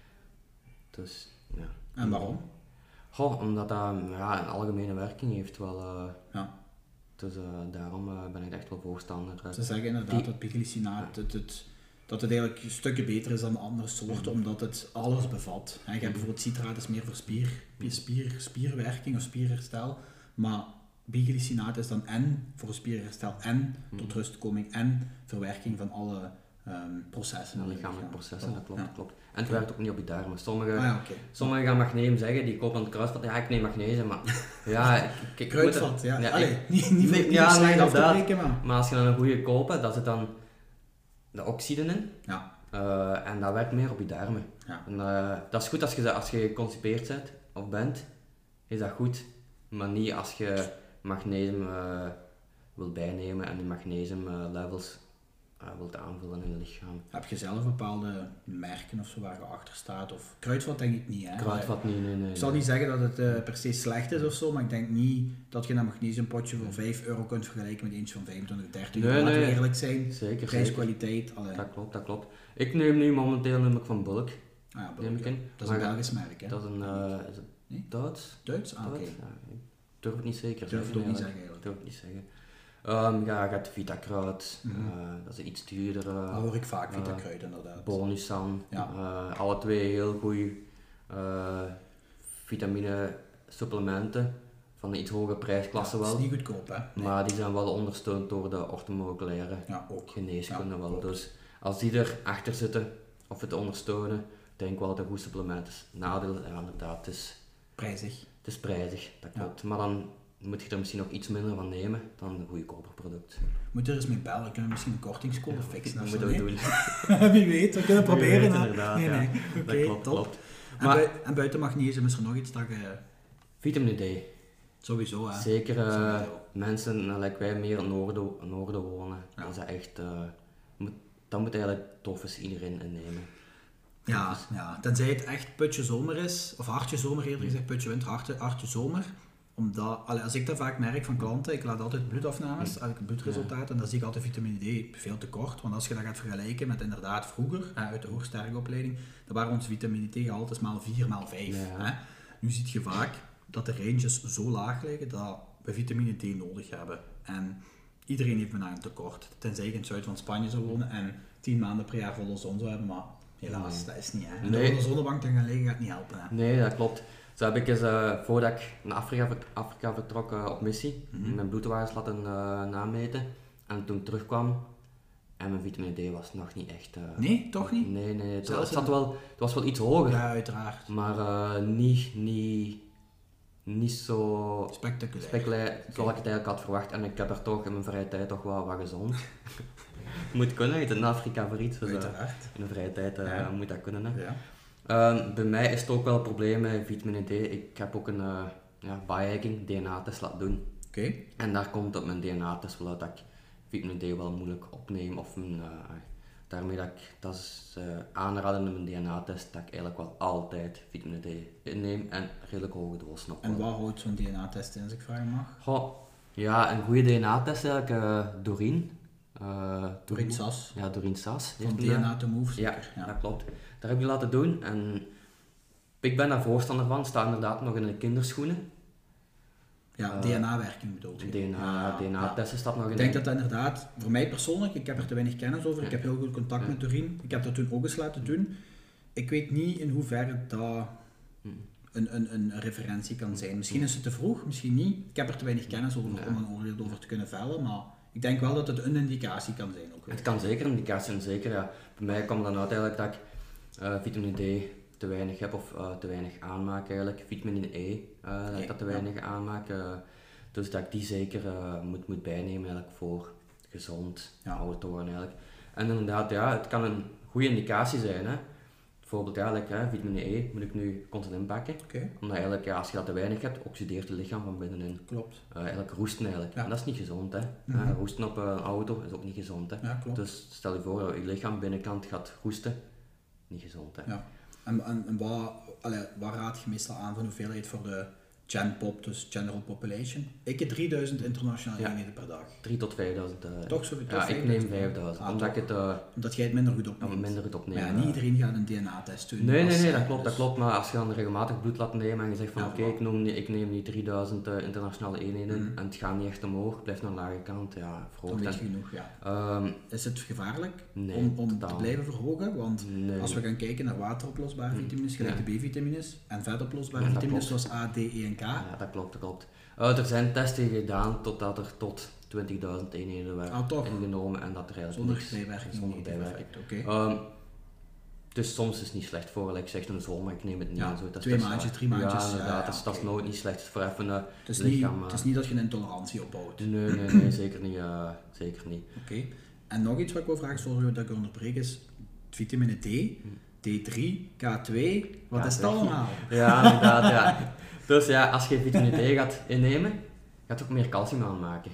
dus, ja. En waarom? Goh, omdat dat ja, een algemene werking heeft wel. Uh, ja. Dus uh, daarom uh, ben ik echt wel voorstander. Uh, Ze zeggen inderdaad die, dat biglycinaat, ja. het, het, dat het eigenlijk een stukje beter is dan de andere soorten, mm. omdat het alles bevat. En je hebt bijvoorbeeld citraat is meer voor spier, spier, spierwerking of spierherstel, maar biglycinaat is dan en voor spierherstel en mm. tot rustkoming en verwerking van alle um, processen. Ja, lichamelijke processen, dat klopt, ja. dat klopt. En het werkt ook niet op je darmen. Sommigen ah, ja, okay. sommige gaan magnesium zeggen, die kopen aan het kruidvat, ja ik neem magnesium, maar ja... Ik, ik, kruidvat, ja. ja Allee, ik, niet, niet, niet ja, nee, af te breken, maar... Maar als je dan een goede koopt, daar zit dan de oxiden in. Ja. Uh, en dat werkt meer op je darmen. Ja. En, uh, dat is goed als je, als je geconstipeerd bent of bent, is dat goed. Maar niet als je magnesium uh, wilt bijnemen en die magnesium uh, levels uh, wilt aanvullen in je lichaam. Heb je zelf bepaalde merken of zo waar je achter staat? Of kruidvat denk ik niet, hè? Kruidvat niet, nee, nee. Ik zal niet zeggen dat het uh, per se slecht is of zo, maar ik denk niet dat je een magnesiumpotje voor vijf euro kunt vergelijken met eentje van vijfentwintig, dertig euro. Nee, Laten we nee. eerlijk zijn. Zeker, prijs-kwaliteit. Dat klopt, dat klopt. Ik neem nu momenteel neem ik van Bulk. Ah, ja, neem ik in. Dat is een Belgisch merk, hè? Dat is een, uh, is het nee? Duits? Duits? Ah, oké. Okay. Ja, ik durf het niet zeker te zeggen. Durf het ook niet zeggen, eigenlijk. Durf het niet zeggen. Um, ja, je hebt Vitakruid, mm-hmm. uh, dat is iets duurder. Uh, dat hoor ik vaak, Vitakruid inderdaad. Bonusan, ja. uh, alle twee heel goede uh, vitamine supplementen van een iets hogere prijsklasse ja, wel. Dat is niet goedkoop, hè? Nee. Maar die zijn wel ondersteund door de orthomoleculaire ja, ook. geneeskunde ja, wel. klopt. Dus als die erachter zitten of het ondersteunen, denk ik wel dat het een goed supplement is. Nadeel, ja, inderdaad, het is prijzig. Het is prijzig, dat klopt. Ja. Maar dan moet je er misschien nog iets minder van nemen dan een goedkoper product. Moet je er eens mee bellen, kunnen we misschien een kortingscode fixen? Dat of moeten zo, we nee? doen. Wie weet, we kunnen proberen. Weet, hè? inderdaad, nee, nee. ja. Oké, Dat klopt, top. klopt. En, Maar, bui en buiten magnesium is er nog iets dat je... vitamine D. Sowieso, hè. Zeker uh, Sowieso. mensen, uh, like wij meer in het noorden, noorden wonen, Ja. dat is dat echt... Uh, moet, dat moet eigenlijk tof is iedereen innemen. Ja, ja, tenzij het echt putje zomer is, of hartje zomer eerder gezegd, putje winter, hartje, hartje zomer. Omdat, allee, als ik dat vaak merk van klanten, ik laat altijd bloedafnames, mm. heb ik bloedresultaten, en dan zie ik altijd vitamine D veel te kort. Want als je dat gaat vergelijken met inderdaad vroeger, hè, uit de hoogsterkopleiding, dan waren onze vitamine D altijd maal vier, maal vijf. Ja. Hè. Nu zie je vaak dat de ranges zo laag liggen dat we vitamine D nodig hebben. En iedereen heeft bijna een tekort, tenzij je in het zuiden van Spanje zou wonen en tien maanden per jaar volle zon zou hebben, maar helaas, nee. dat is niet. Hè. En nee. op de zonnebank te gaan liggen gaat niet helpen. Hè. Nee, dat klopt. Zo heb ik eens, uh, voordat ik naar Afrika, Afrika vertrok uh, op missie, mm-hmm. mijn bloedwaardes laten uh, nameten. En toen ik terugkwam, en mijn vitamine D was nog niet echt... Uh, nee, toch niet? Nee, nee, het, het, zat wel, het was wel iets hoger. Ja, uiteraard. Maar uh, niet, niet, niet zo spectaculair, spectaculair okay. zoals ik het eigenlijk had verwacht. En ik heb er toch in mijn vrije tijd toch wel wat gezond. Moet kunnen, het in Afrika voor iets. Dus, uh, in de vrije tijd uh, ja. moet dat kunnen. Hè. Ja. Uh, bij mij is het ook wel een probleem met vitamine D. Ik heb ook een uh, ja, biohacking D N A-test laten doen. Okay. En daar komt op mijn D N A-test wel uit dat ik vitamine D wel moeilijk opneem. Of mijn, uh, daarmee dat ik, dat is uh, aanraden in mijn D N A-test, dat ik eigenlijk wel altijd vitamine D inneem en redelijk hoge dosen op. En wat houdt zo'n D N A-test in, als ik vragen mag? Goh, ja, een goede D N A-test is eigenlijk uh, Doreen. Uh, Doreen Sas. Ja, Doreen Sas. Van D N A to Move ja, ja, dat klopt. Dat heb ik laten doen en ik ben daar voorstander van. Staat inderdaad nog in de kinderschoenen. Ja, uh, D N A-werking bedoelt je? D N A, ja, D N A-testen ja. staat nog in. Ik denk dat dat inderdaad, voor mij persoonlijk, ik heb er te weinig kennis over, ja. ik heb heel goed contact ja. met Doreen. Ik heb dat toen ook eens laten doen. Ik weet niet in hoeverre dat een, een, een referentie kan zijn. Misschien is het te vroeg, misschien niet. Ik heb er te weinig kennis over ja. om een oordeel over te kunnen vellen, maar ik denk wel dat het een indicatie kan zijn. Ook. Het kan zeker een indicatie zijn, zeker. Ja. Bij mij kwam dan uit eigenlijk dat ik uh, vitamine D te weinig heb of uh, te weinig aanmaak eigenlijk. Vitamine E, uh, dat ik dat te weinig ja. aanmaak. Uh, dus dat ik die zeker uh, moet, moet bijnemen eigenlijk voor gezond ja. ouder te worden eigenlijk. En inderdaad, ja, het kan een goede indicatie zijn. Hè. Bijvoorbeeld ja, like, hè, vitamine E moet ik nu constant inpakken. Okay. Omdat eigenlijk, ja, als je dat te weinig hebt, oxideert het lichaam van binnenin. Klopt. Uh, eigenlijk roesten eigenlijk. Ja. En dat is niet gezond. Hè. Mm-hmm. Uh, roesten op uh, een auto is ook niet gezond. Hè. Ja, klopt. Dus stel je voor dat je lichaam binnenkant gaat roesten. Niet gezond. Hè. Ja. En, en, en wat, allee, wat raad je meestal aan van hoeveelheid voor de Gen-pop, dus General Population? Ik heb drieduizend internationale ja. eenheden per dag. drie tot vijfduizend. Uh, toch zo? Toch ja, ik neem vijfduizend. Ah, omdat, ik het, uh, omdat jij het minder goed opneemt. minder goed opneem. Maar ja, niet iedereen gaat een D N A-test doen. Nee, nee, nee, dat uh, klopt, dus... dat klopt. Maar als je dan regelmatig bloed laat nemen en je zegt van ja, oké, okay, ik, neem, ik neem die drieduizend uh, internationale eenheden mm. en het gaat niet echt omhoog, blijft naar de lage kant, ja, verhoogd. Dan weet je genoeg, ja. Um, is het gevaarlijk nee, om, om te blijven verhogen? Want nee. als we gaan kijken naar wateroplosbare vitamines, gelijk ja. de B-vitamines, en vetoplosbare ja, vitamines zoals A, D, E en K. Ja, dat klopt, dat klopt. Uh, er zijn testen gedaan totdat er tot twintigduizend eenheden werden ah, ingenomen en dat er eigenlijk zonder niks, bijwerking. Zonder bijwerking. Okay. Um, dus soms is het niet slecht voor, like ik zeg in de zomer, ik neem het niet ja, en zo. Dat twee is maandjes, drie maandjes. Ja, inderdaad, ja, ja, dat, is, okay. dat is nooit niet slecht voor even uh, het is lichaam. Niet, het is niet dat je een intolerantie opbouwt. Nee, nee, nee, zeker niet. Uh, zeker niet. Oké. Okay. En nog iets wat ik wil vragen, sorry dat ik onderbreek, is vitamine D, D drie, K twee, wat K twee. Is het allemaal? Ja, inderdaad, ja. Dus ja, als je vitamine D gaat innemen, gaat ook meer calcium aanmaken.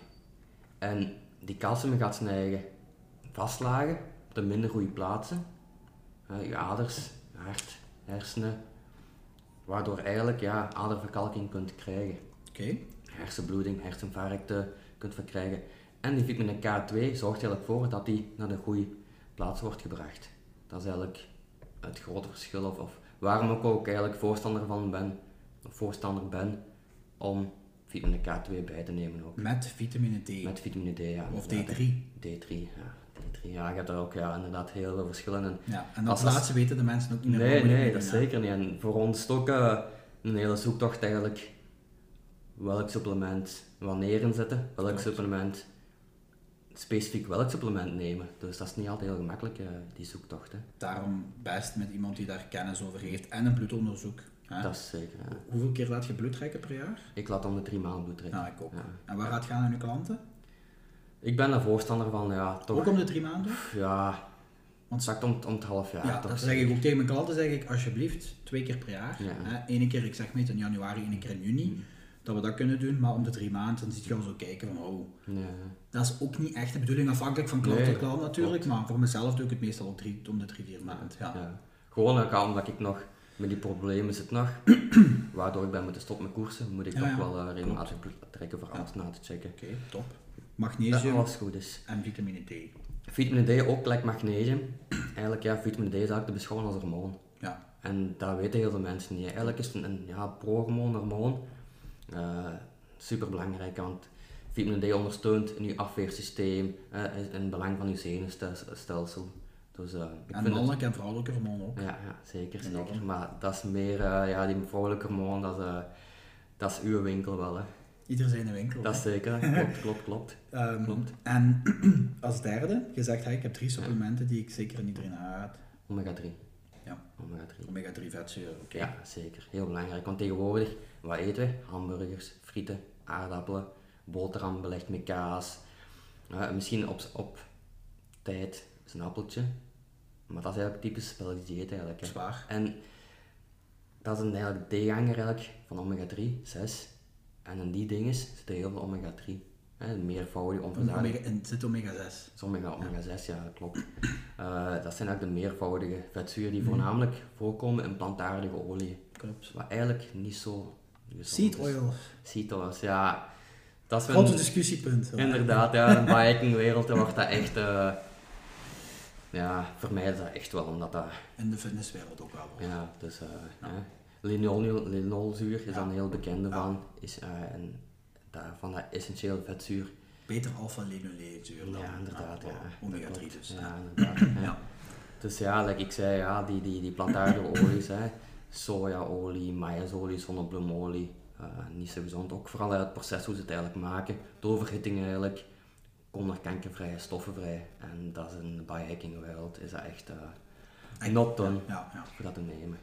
En die calcium gaat zijn eigen vastlagen op de minder goede plaatsen. Uh, je aders, hart, hersenen, waardoor eigenlijk ja, aderverkalking kunt krijgen. Okay. Hersenbloeding, herseninfarcten kunt verkrijgen. En die vitamine K twee zorgt eigenlijk voor dat die naar de goede plaats wordt gebracht. Dat is eigenlijk het grote verschil, of, of waarom ik ook eigenlijk voorstander van ben, of voorstander ben om vitamine K twee bij te nemen ook. Met vitamine D? Met vitamine D, ja. Of D drie? D drie, ja. D drie, ja, je hebt er ook ja, inderdaad heel veel verschillen in. Ja, en dat laatste weten de mensen ook niet meer. Nee, nee, dat is zeker niet. En voor ons is het ook uh, een hele zoektocht eigenlijk welk supplement wanneer inzetten, welk Klopt. supplement, specifiek welk supplement nemen. Dus dat is niet altijd heel gemakkelijk, uh, die zoektocht. Hè. Daarom best met iemand die daar kennis over heeft en een bloedonderzoek Hè? Dat is zeker, ja. Hoeveel keer laat je bloed trekken per jaar? Ik laat om de drie maanden bloed trekken. Ja, ik ook. Ja. En waar gaat het gaan aan je klanten? Ik ben er voorstander van, ja, toch... Ook om de drie maanden? Ja, want straks om, om het half jaar. Ja, toch dat zeg ik ook tegen mijn klanten, zeg ik alsjeblieft twee keer per jaar. Ja. Hè? Eén keer, ik zeg maar in januari, één keer in juni. Mm. Dat we dat kunnen doen, maar om de drie maanden, dan zit je al zo kijken van, oh, Ja. dat is ook niet echt de bedoeling, afhankelijk van klant Nee, tot klant natuurlijk, klopt. maar voor mezelf doe ik het meestal ook drie, om de drie, vier maanden. Ja. Ja. Gewoon ook omdat ik nog met die problemen zit nog, waardoor ik ben moeten stoppen met koersen, moet ik Ja, toch ja. wel uh, regelmatig bloed trekken voor alles na te checken. Oké, okay, top. Dat Magnesium alles goed is. en vitamine D. Vitamine D ook gelijk magnesium. Eigenlijk ja, vitamine D is eigenlijk te beschouwen als hormoon. Ja. En dat weten heel veel mensen niet. Eigenlijk is het een, een ja, pro-hormoon, hormoon. Uh, super belangrijk, want vitamine D ondersteunt je afweersysteem, uh, in het belang van je zenuwstelsel. Dus, uh, ik en vind mannelijke het... en vrouwelijke hormoon ook. Ja, ja zeker, Enorm. zeker. Maar dat is meer, uh, ja, die vrouwelijke hormoon, dat is, uh, dat is uw winkel wel. Hè. Ieder zijn winkel. Dat is zeker, klopt, klopt, klopt. Um, klopt. En als derde, je zegt, hey, ik heb drie supplementen die ik zeker niet erin aanraad. omega drie. Ja. omega drie. omega drie vetzuren, oké. Ja, zeker. Heel belangrijk. Want tegenwoordig, wat eten we? Hamburgers, frieten, aardappelen, boterham belegd met kaas. Uh, misschien op, op tijd is een appeltje. Maar dat is eigenlijk typisch Belgisch dieet eigenlijk. Hè. Zwaar. En dat is een eigenlijk tegenhanger eigenlijk van omega drie, zes. En in die dingen zit heel veel omega drie. Hè, meervoudige onverzadigde. En zit omega zes. Dat is omega, omega zes, ja, klopt. Uh, dat zijn eigenlijk de meervoudige vetzuren die voornamelijk voorkomen in plantaardige olie. Klopt. Wat eigenlijk niet zo Seed oil. Seed oils, ja. Dat is Grote een, discussiepunt. Hoor. inderdaad, ja, in de bikingwereld wordt dat echt... Uh, ja, voor mij is dat echt wel, omdat dat... In de fitnesswereld ook wel. Hoor. Ja, dus... Uh, ja. ja. Linol, linolzuur is ja. dan een heel bekende ja. van. Is, uh, en daar, van dat essentiële vetzuur. Beter alpha-linolezuur dan ja, inderdaad, ja. omega drie dus. Ja, Ja, inderdaad. ja. ja. Dus ja, like ik zei, ja, die, die, die plantaardige olies, hè, sojaolie, maïsolie, zonnebloemolie, uh, niet zo gezond. Ook vooral uit het proces hoe ze het eigenlijk maken. De overhitting eigenlijk, komt er kankervrije stoffen vrij. En dat is in de biohacking wereld, is dat echt uh, not done ja, ja. voor dat te nemen.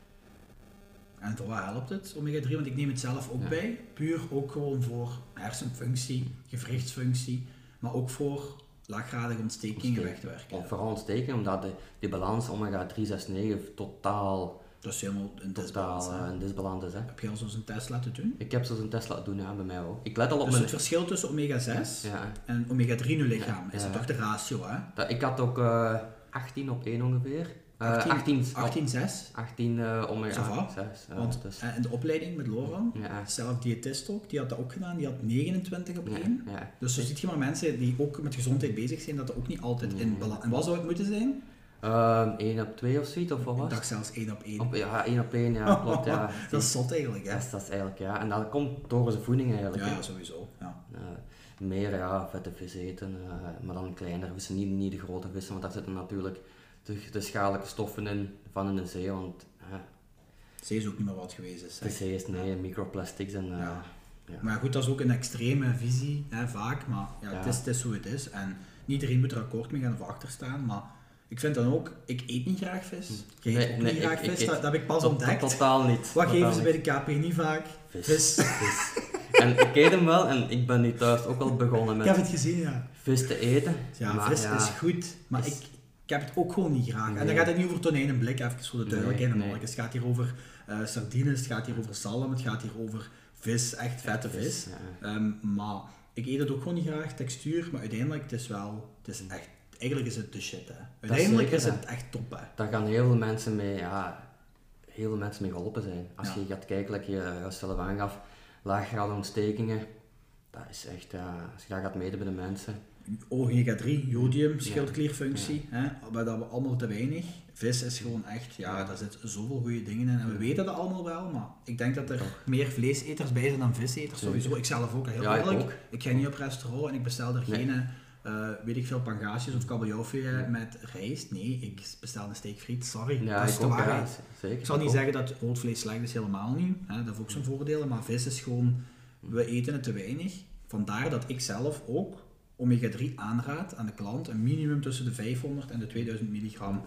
En voor wat helpt het, omega drie? Want ik neem het zelf ook ja. bij. Puur ook gewoon voor hersenfunctie, gewrichtsfunctie, maar ook voor laaggradige ontstekingen weg te werken. Of vooral ontstekingen, omdat de, die balans omega drie, zes, negen totaal, dat is helemaal een disbalans, totaal uh, een disbalans is. Hè. Heb je al zo'n test laten doen? Ik heb zo'n test laten doen, ja, bij mij ook. Ik let al op dus mijn... het verschil tussen omega zes ja. en omega drie in je lichaam, ja. is het toch de ratio, hè? Dat, ik had ook uh, achttien op één ongeveer. Uh, achttien, achttien zes? achttien uh, omega zes. Uh, Want dus. in de opleiding met Loran, ja. zelf diëtist ook, die had dat ook gedaan, die had negenentwintig op één. Ja, ja. Dus zo ziet je maar mensen die ook met gezondheid bezig zijn, dat dat ook niet altijd in balans... En wat zou het moeten zijn? Uh, één op twee of zoiets, of wat was Ik dacht zelfs één op één. Op, ja, één op één, ja, klopt, ja. Dat is zot eigenlijk, hè? Dat is, dat is eigenlijk, ja. En dat komt door onze voeding eigenlijk. Ja, hè. sowieso, ja. Uh, meer, ja, vette vis eten, uh, maar dan kleinere vissen, niet, niet de grote vissen, want daar zitten natuurlijk de, de schadelijke stoffen in van in de zee, want... Uh, zee is ook niet meer wat geweest is. De zee is, nee, microplastics en... Uh, ja. Ja. Maar goed, dat is ook een extreme visie, hè, vaak, maar ja, ja. Het, is, het is hoe het is. En niet iedereen moet er akkoord mee gaan of achter staan, maar ik vind dan ook, ik eet niet graag vis. Je nee, eet ook nee, niet graag ik, vis, ik dat, dat heb ik pas tot, ontdekt. Tot, totaal niet. Wat totaal geven ze niet. bij de K P N I vaak? Vis. Vis. vis. En ik eet hem wel en ik ben nu thuis ook al begonnen met ik heb het gezien, ja. vis te eten. Ja, maar vis ja, is goed, maar is... ik, ik heb het ook gewoon niet graag. Nee. En dan gaat het niet over tonijn en blik, even voor de duidelijkheid. Nee, nee. Het gaat hier over uh, sardines, het gaat hier over zalm, het gaat hier over vis, echt vette vis. vis. Ja. Um, maar ik eet het ook gewoon niet graag, textuur, maar uiteindelijk, het is wel, het is echt, eigenlijk is het de shit, hè. Uiteindelijk is, zeker, is het echt top, hè. Daar gaan heel veel mensen mee, ja, heel veel mensen mee geholpen zijn. Als ja. je gaat kijken, like je zelf aangaf, laaggradige ontstekingen, dat is echt, ja, als je dat gaat meten bij de mensen. omega drie, jodium, schildklierfunctie, ja. hè, maar dat we allemaal te weinig. Vis is gewoon echt, ja, ja. daar zitten zoveel goede dingen in en we weten dat allemaal wel, maar ik denk dat er Toch. meer vleeseters bij zijn dan viseters, sowieso. Ik zelf ook, heel ja, eerlijk. Ik, ook. ik ga niet op restaurant en ik bestel er nee. geen, uh, weet ik veel, pangasius of kabeljauwvee nee. met rijst. Nee, ik bestel een steakfriet, sorry, ja, dat is de waarheid. Ja, zeker, ik zal ik niet ook. zeggen dat rood vlees slecht is, helemaal niet, hè, dat heeft ook zijn voordelen, maar vis is gewoon, we eten het te weinig. Vandaar dat ik zelf ook omega drie aanraad aan de klant, een minimum tussen de vijfhonderd en de tweeduizend milligram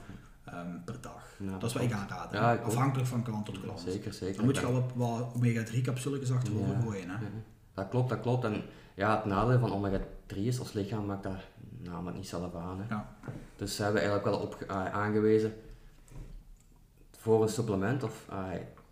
um, per dag. Ja, dat is wat ik aanraad, ja, ik afhankelijk van klant tot klant. Zeker, zeker. Dan moet je al wat, wat omega drie capsules achterover ja. gooien. Hè? Ja. Dat klopt, dat klopt. En ja, het nadeel van omega drie is, ons lichaam maakt dat namelijk niet zelf aan. Hè. Ja. Dus ze hebben eigenlijk wel op, uh, aangewezen voor een supplement, of, uh,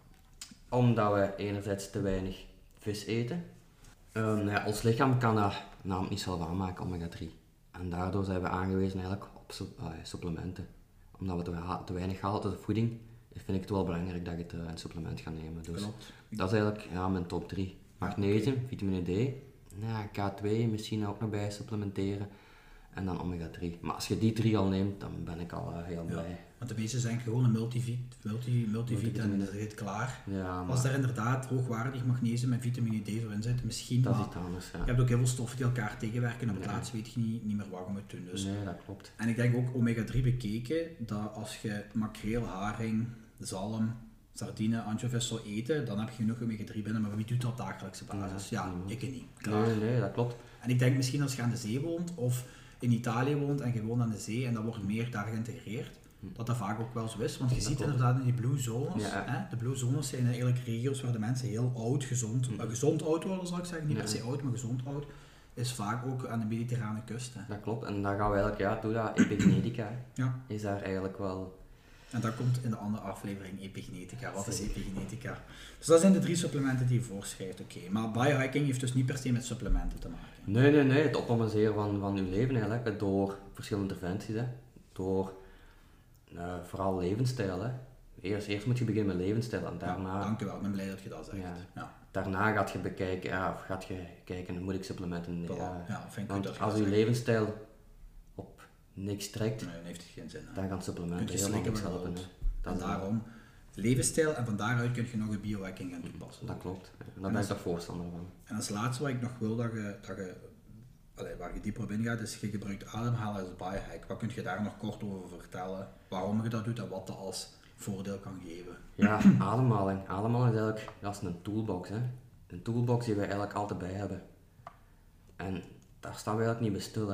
omdat we enerzijds te weinig vis eten. Um, ja, ons lichaam kan dat namelijk niet zelf aanmaken, omega drie. En daardoor zijn we aangewezen eigenlijk op su uh, supplementen. Omdat we te, te weinig halen uit de voeding, vind ik het wel belangrijk dat je het, uh, een supplement gaat nemen. Dus Klopt. dat is eigenlijk ja, mijn top drie. Magnesium, ja, okay. Vitamine D, ja, K twee misschien ook nog bij supplementeren. En dan omega drie. Maar als je die drie al neemt, dan ben ik al uh, heel blij. Ja, want de meeste zijn gewoon een multivit, multi, multivit en dat is het klaar. Ja, maar als daar inderdaad hoogwaardig magnesium en vitamine D voor in zit, misschien dat maar, is iets anders. Ja. Je hebt ook heel veel stoffen die elkaar tegenwerken en op het nee. laatst weet je niet, niet meer wat je moet doen. Dus. Nee, dat klopt. En ik denk ook omega drie bekeken, dat als je makreel, haring, zalm, sardine, anchovies zou eten, dan heb je genoeg omega drie binnen, maar wie doet dat op dagelijkse basis? Ja, ja ik niet. Klaar. Nee, nee, dat klopt. En ik denk misschien als je aan de zee woont, of in Italië woont en je woont aan de zee en dat wordt meer daar geïntegreerd, dat dat vaak ook wel zo is. Want je dat ziet klopt. Inderdaad in die blue zones, ja. hè? De blue zones zijn eigenlijk regio's waar de mensen heel oud, gezond, mm. uh, gezond oud worden zal ik zeggen, niet ja. per se oud, maar gezond oud, is vaak ook aan de mediterrane kust. Hè? Dat klopt, en dan gaan we eigenlijk, ja, doe dat, epigenetica, ja. is daar eigenlijk wel... En dat komt in de andere aflevering, epigenetica. Wat is epigenetica? Dus dat zijn de drie supplementen die je voorschrijft, oké. Okay. Maar biohacking heeft dus niet per se met supplementen te maken. Nee, nee, nee. Het optimaliseren van, van je leven eigenlijk, door verschillende interventies, hè. Door uh, vooral levensstijl. Hè. Eerst, eerst moet je beginnen met levensstijl en daarna... Ja, dankjewel, ik ben blij dat je dat zegt. Ja. Ja. Daarna gaat je bekijken, ja, of gaat je kijken, moet ik supplementen nemen? Ja, ja, vind ik want goed dat als je levensstijl op niks trekt, nee, dan heeft het geen zin. Hè. Dan gaan supplementen helemaal niks helpen. En daarom, levensstijl en van daaruit kun je nog een biohacking gaan toepassen. Dat klopt, en daar ben ik toch voorstander van. En als laatste wat ik nog wil dat je, dat je allee, waar je dieper op ingaat, is je gebruikt ademhalen als biohack. Wat kun je daar nog kort over vertellen? Waarom je dat doet en wat dat als voordeel kan geven? Ja, ademhaling. Ademhaling is eigenlijk dat is een toolbox. Hè. Een toolbox die wij eigenlijk altijd bij hebben. En daar staan we eigenlijk niet bij stil. Hè.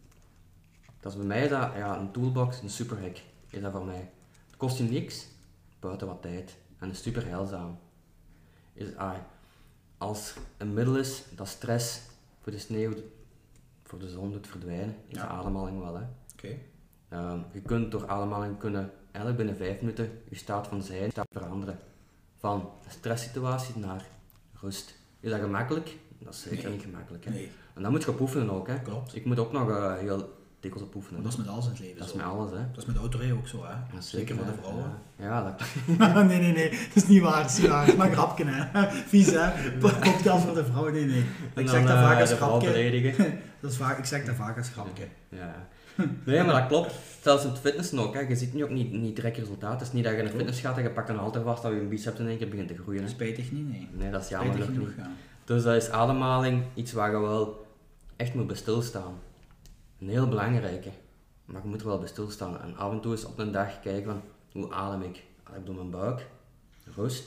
Dat is bij mij dat, ja, een toolbox, een superhack is dat voor mij. Het kost je niks, buiten wat tijd. En is super heilzaam. Is, ah, als een middel is dat stress voor de sneeuw, voor de zon doet verdwijnen, is ja. de ademhaling wel. Hè. Okay. Um, je kunt door ademhaling kunnen, eigenlijk binnen vijf minuten je staat van zijn staat veranderen. Van een stresssituatie naar rust. Is dat gemakkelijk? Dat is zeker nee. niet gemakkelijk. Hè. Nee. En dat moet je op oefenen ook. Hè. Klopt. Ik moet ook nog uh, heel dikwijls op oefenen. Maar dat is met alles in het leven Dat zo. is met alles. Hè. Dat is met autorijden ook zo. Hè. Ja, zeker, zeker voor de vrouwen. Ja, ja dat... nee, nee, nee. Dat is niet waar. Dat is niet waar. Maar grapje, hè. Vies, hè. Podcast voor de vrouwen. Nee, nee. Ik zeg dat vaak als grapje. Dat is vaak, ik zeg dat vaak als grapje. Ja. Nee, maar dat klopt. Zelfs in het fitnessen ook. Hè. Je ziet nu ook niet, niet direct resultaat. Het is niet dat je in de fitness gaat en je pakt een halter vast dat je biceps in één keer begint te groeien. Hè. Spijtig niet, nee. Nee, dat is jammer genoeg, niet. Ja. Dus dat is ademhaling iets waar je wel echt moet bij stilstaan. Een heel belangrijke. Maar je moet er wel bij stilstaan. En af en toe eens op een dag kijken van, hoe adem ik? Adem ik door mijn buik? Rust?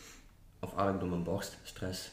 Of adem ik door mijn borst? Stress?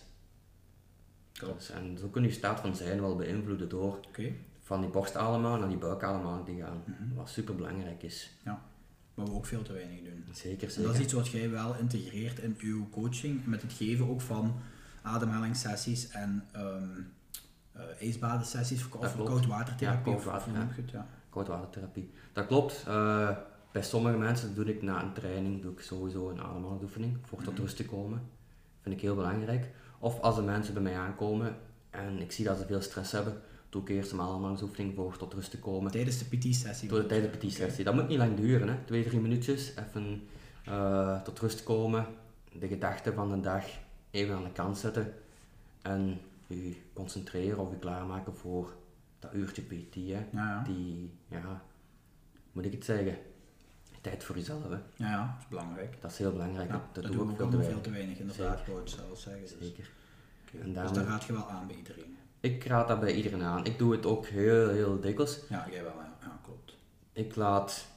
Dus, en zo kun je je staat van zijn wel beïnvloeden door okay. van die borstademhaling naar die buikademhaling te gaan. Mm-hmm. Wat super belangrijk is. Ja, maar we ook veel te weinig doen. Zeker, zeker. En dat is iets wat jij wel integreert in uw coaching, met het geven ook van ademhalingssessies en um, uh, ijsbadensessies of, of koudwatertherapie. Ja, koudwater, of, of ja. het, ja. Koudwatertherapie. Dat klopt. Uh, bij sommige mensen doe ik na een training doe ik sowieso een ademhalingsoefening voor tot mm-hmm. rust te komen. Vind ik heel belangrijk. Of als de mensen bij mij aankomen en ik zie dat ze veel stress hebben, doe ik eerst een ademhalingsoefening voor tot rust te komen. Tijdens de P T-sessie? Tijdens de P T-sessie. Okay. Dat moet niet lang duren, hè. Twee, drie minuutjes. Even uh, tot rust komen. De gedachten van de dag even aan de kant zetten. En je concentreren of je klaarmaken voor dat uurtje P T. Hè. Ja, ja. Die, ja, moet ik het zeggen, tijd voor jezelf. Hè. Ja, ja, dat is belangrijk. Dat is heel belangrijk. Ja, dat dat doe ik ook veel, veel, veel te weinig, inderdaad, wou ik zelf zeggen. Dus. Zeker. Okay. En daarom... Dus dat raad je wel aan bij iedereen? Ik raad dat bij iedereen aan. Ik doe het ook heel, heel dikwijls. Ja, jij wel, ja. Ja, klopt. Ik laat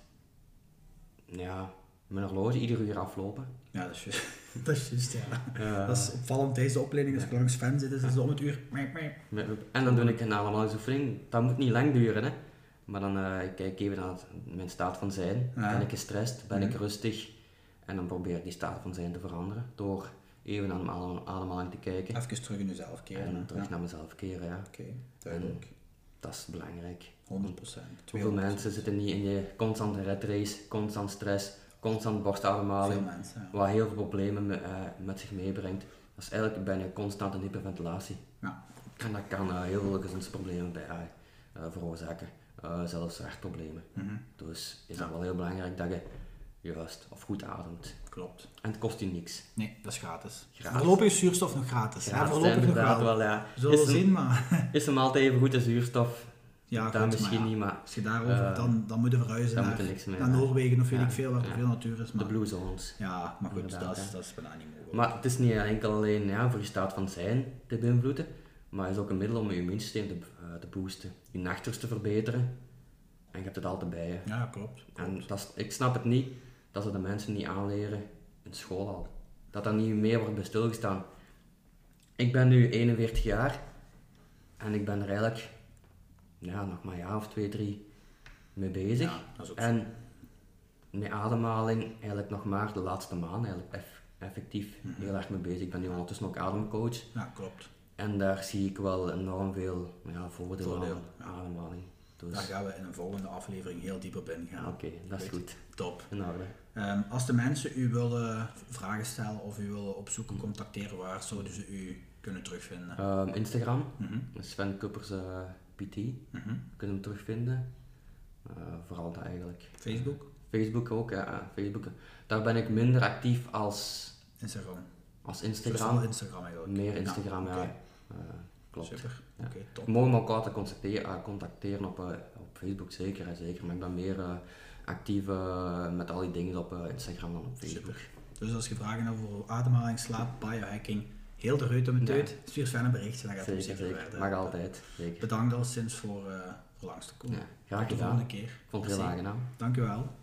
ja, mijn horloge ieder uur aflopen. Ja, dat is juist. dat is juist, ja. Uh, dat is opvallend tijdens de opleiding, als je langs fan zit, is het om het uur. En dan doe ik een ademhalingsoefening. Dat moet niet lang duren, hè. Maar dan uh, ik kijk even naar mijn staat van zijn. Ja. Ben ik gestrest? Ben mm-hmm. ik rustig? En dan probeer ik die staat van zijn te veranderen door even naar mijn ademhaling te kijken. Even terug in jezelf keren. En terug ja. naar mezelf keren, ja. Oké, okay, duidelijk. En dat is belangrijk. honderd procent. Hoeveel mensen zitten niet in je constante red race, constant stress, constant borstademhaling, mensen, ja. wat heel veel problemen me, uh, met zich meebrengt. Dat is eigenlijk bijna constant een hyperventilatie. Ja. En dat kan uh, heel veel gezondheidsproblemen bij uh, veroorzaken, uh, zelfs hartproblemen. Mm-hmm. Dus is ja. dat wel heel belangrijk dat je juist of goed ademt. Klopt. En het kost je niks. Nee, dat is gratis. gratis. Voorlopig is zuurstof nog gratis. gratis ja, voorlopig nog wel. wel ja. Zullen we zien, maar... Is hem altijd even goed de zuurstof? Ja, dat goed, misschien maar ja, niet, maar... Als je daarover, uh, dan, dan moet je verhuizen dan naar, niks mee, naar Noorwegen of weet ja. ik veel, waar er ja. veel natuur is. Maar... De blue zones. Ja, maar goed, dat is, dat is bijna niet mogelijk. Maar het is niet enkel alleen ja, voor je staat van zijn te beïnvloeden, maar het is ook een middel om je immuunsysteem te, uh, te boosten, je nachtrust te verbeteren en je hebt het altijd bij je. Ja, klopt. klopt. En dat is, ik snap het niet dat ze de mensen niet aanleren in school al. Dat daar niet meer wordt bij stilgestaan. Ik ben nu eenenveertig jaar en ik ben er eigenlijk ja, nog maar een jaar of twee, drie mee bezig. Ja, dat is ook en met ademhaling eigenlijk nog maar de laatste maand eigenlijk eff, effectief mm-hmm. heel erg mee bezig. Ik ben nu ondertussen ook ademcoach. Ja, klopt. En daar zie ik wel enorm veel ja, voordelen Voordeel, aan ja. ademhaling. Dus... Daar gaan we in een volgende aflevering heel diep op ingaan. Oké, okay, dat is goed. goed. Top. In orde. Um, als de mensen u willen vragen stellen of u willen opzoeken, mm. contacteren, waar zouden ze u kunnen terugvinden? Um, Instagram, mm-hmm. Sven Kuppers uh, P T, mm-hmm. kunnen we terugvinden. Uh, vooral dat eigenlijk. Facebook? Facebook ook, ja. Facebook. Daar ben ik minder actief als Instagram. Als Instagram. Dus Instagram eigenlijk. Meer Instagram, ja. Okay. ja. Uh, klopt. Super. Ja. Okay, top. Je mag me ook altijd contacteren, uh, contacteren op, uh, op Facebook, zeker, uh, zeker. Maar ik ben meer uh, actief uh, met al die dingen op uh, Instagram dan op Facebook. Super. Dus als je vragen hebt over ademhaling, slaap, biohacking, heel de ruit om het uit, stuur Sven een berichtje, dan gaat het zeker, zeker. verder. Mag altijd, zeker. Bedankt al sinds voor, uh, voor langs te komen. Ja, graag Tot de gedaan. volgende keer. Ik vond het heel aangenaam. Dank u wel.